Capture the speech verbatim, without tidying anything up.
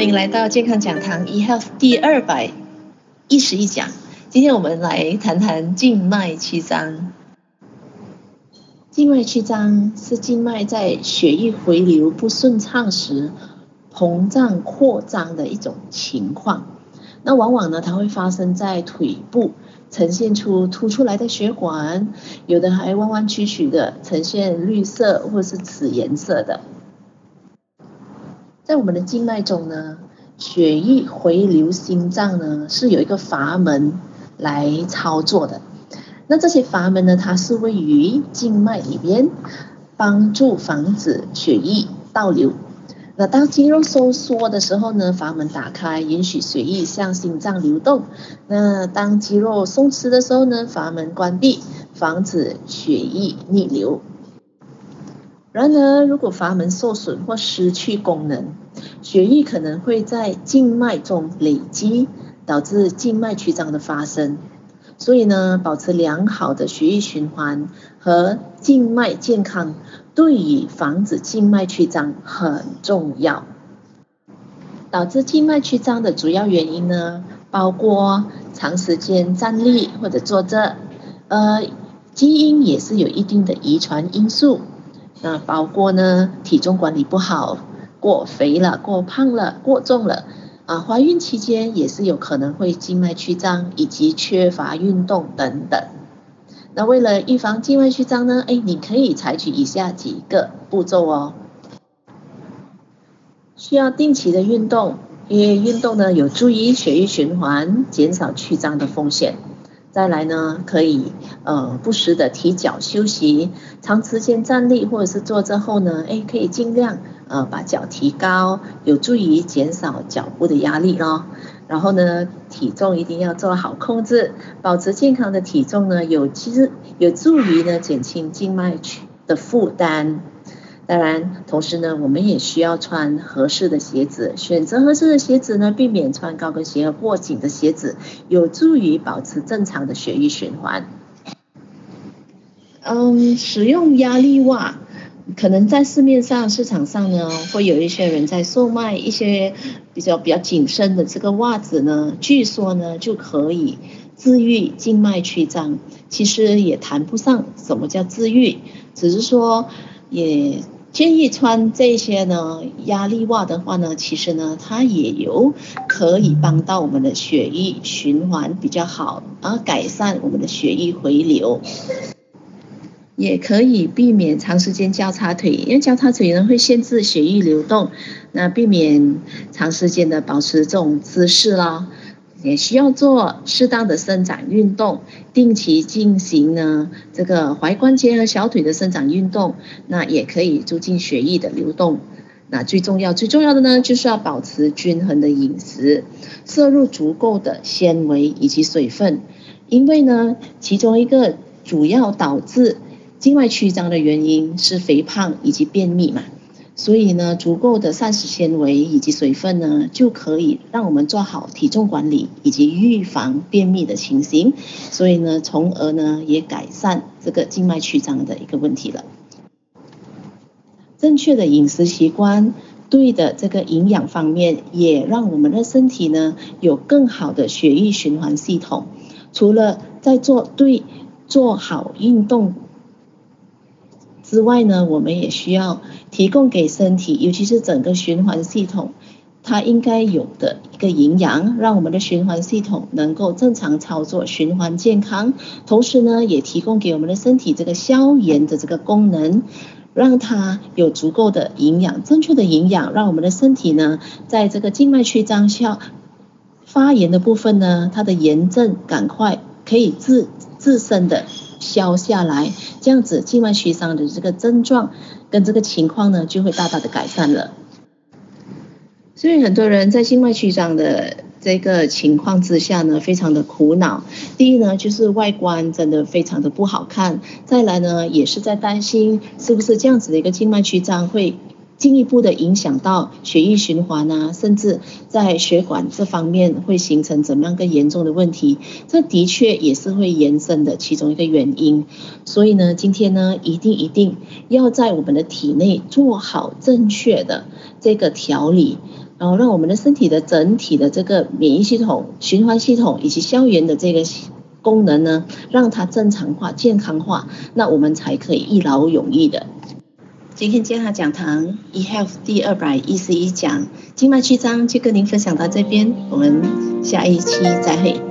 迎来到健康讲堂 eHealth 第二百一十一讲。今天我们来谈谈静脉曲张。静脉曲张是静脉在血液回流不顺畅时膨胀扩张的一种情况。那往往呢，它会发生在腿部，呈现出凸出来的血管，有的还弯弯曲曲的，呈现绿色或是紫颜色的。在我们的静脉中呢，血液回流心脏呢是有一个阀门来操作的。那这些阀门呢，它是位于静脉里边，帮助防止血液倒流。那当肌肉收缩的时候呢，阀门打开，允许血液向心脏流动。那当肌肉松弛的时候呢，阀门关闭，防止血液逆流。然而，如果阀门受损或失去功能，血液可能会在静脉中累积，导致静脉曲张的发生。所以呢，保持良好的血液循环和静脉健康，对于防止静脉曲张很重要。导致静脉曲张的主要原因呢，包括长时间站立或者坐着，呃，基因也是有一定的遗传因素。那包括呢，体重管理不好，过肥了、过胖了、过重了，啊，怀孕期间也是有可能会静脉曲张，以及缺乏运动等等。那为了预防静脉曲张呢，哎，你可以采取以下几个步骤哦。需要定期的运动，因为运动呢有助于血液循环，减少曲张的风险。再来呢，可以呃不时的提脚休息，长时间站立或者是坐着后呢，哎，可以尽量呃把脚提高，有助于减少脚部的压力咯。然后呢，体重一定要做好控制，保持健康的体重呢，有其实有助于呢减轻静脉曲的负担。当然，同时呢，我们也需要穿合适的鞋子，选择合适的鞋子呢，避免穿高跟鞋和过紧的鞋子，有助于保持正常的血液循环。嗯，使用压力袜，可能在市面上市场上呢，会有一些人在售卖一些比较比较紧身的这个袜子呢，据说呢就可以治愈静脉曲张。其实也谈不上什么叫治愈，只是说也建议穿这些呢压力袜的话呢，其实呢它也有可以帮到我们的血液循环比较好，而改善我们的血液回流，也可以避免长时间交叉腿，因为交叉腿呢会限制血液流动，那避免长时间的保持这种姿势啦。也需要做适当的伸展运动，定期进行呢这个踝关节和小腿的伸展运动，那也可以促进血液的流动。那最重要最重要的呢，就是要保持均衡的饮食，摄入足够的纤维以及水分，因为呢其中一个主要导致静脉曲张的原因是肥胖以及便秘嘛。所以呢，足够的膳食纤维以及水分呢，就可以让我们做好体重管理以及预防便秘的情形。所以呢，从而呢也改善这个静脉曲张的一个问题了。正确的饮食习惯，对的这个营养方面，也让我们的身体呢有更好的血液循环系统。除了在做对做好运动之外呢，我们也需要提供给身体，尤其是整个循环系统，它应该有的一个营养，让我们的循环系统能够正常操作，循环健康。同时呢，也提供给我们的身体这个消炎的这个功能，让它有足够的营养，正确的营养，让我们的身体呢，在这个静脉曲张下发炎的部分呢，它的炎症赶快可以自自身的消下来，这样子静脉曲张的这个症状跟这个情况呢，就会大大的改善了。所以很多人在静脉曲张的这个情况之下呢，非常的苦恼。第一呢，就是外观真的非常的不好看；再来呢，也是在担心是不是这样子的一个静脉曲张会进一步的影响到血液循环啊，甚至在血管这方面会形成怎么样更严重的问题，这的确也是会延伸的其中一个原因。所以呢，今天呢，一定一定要在我们的体内做好正确的这个调理， 然后让我们的身体的整体的这个免疫系统、循环系统以及消炎的这个功能呢，让它正常化、健康化，那我们才可以一劳永逸的。今天健康讲堂 eHealth 第二百一十一讲静脉曲张就跟您分享到这边，我们下一期再会。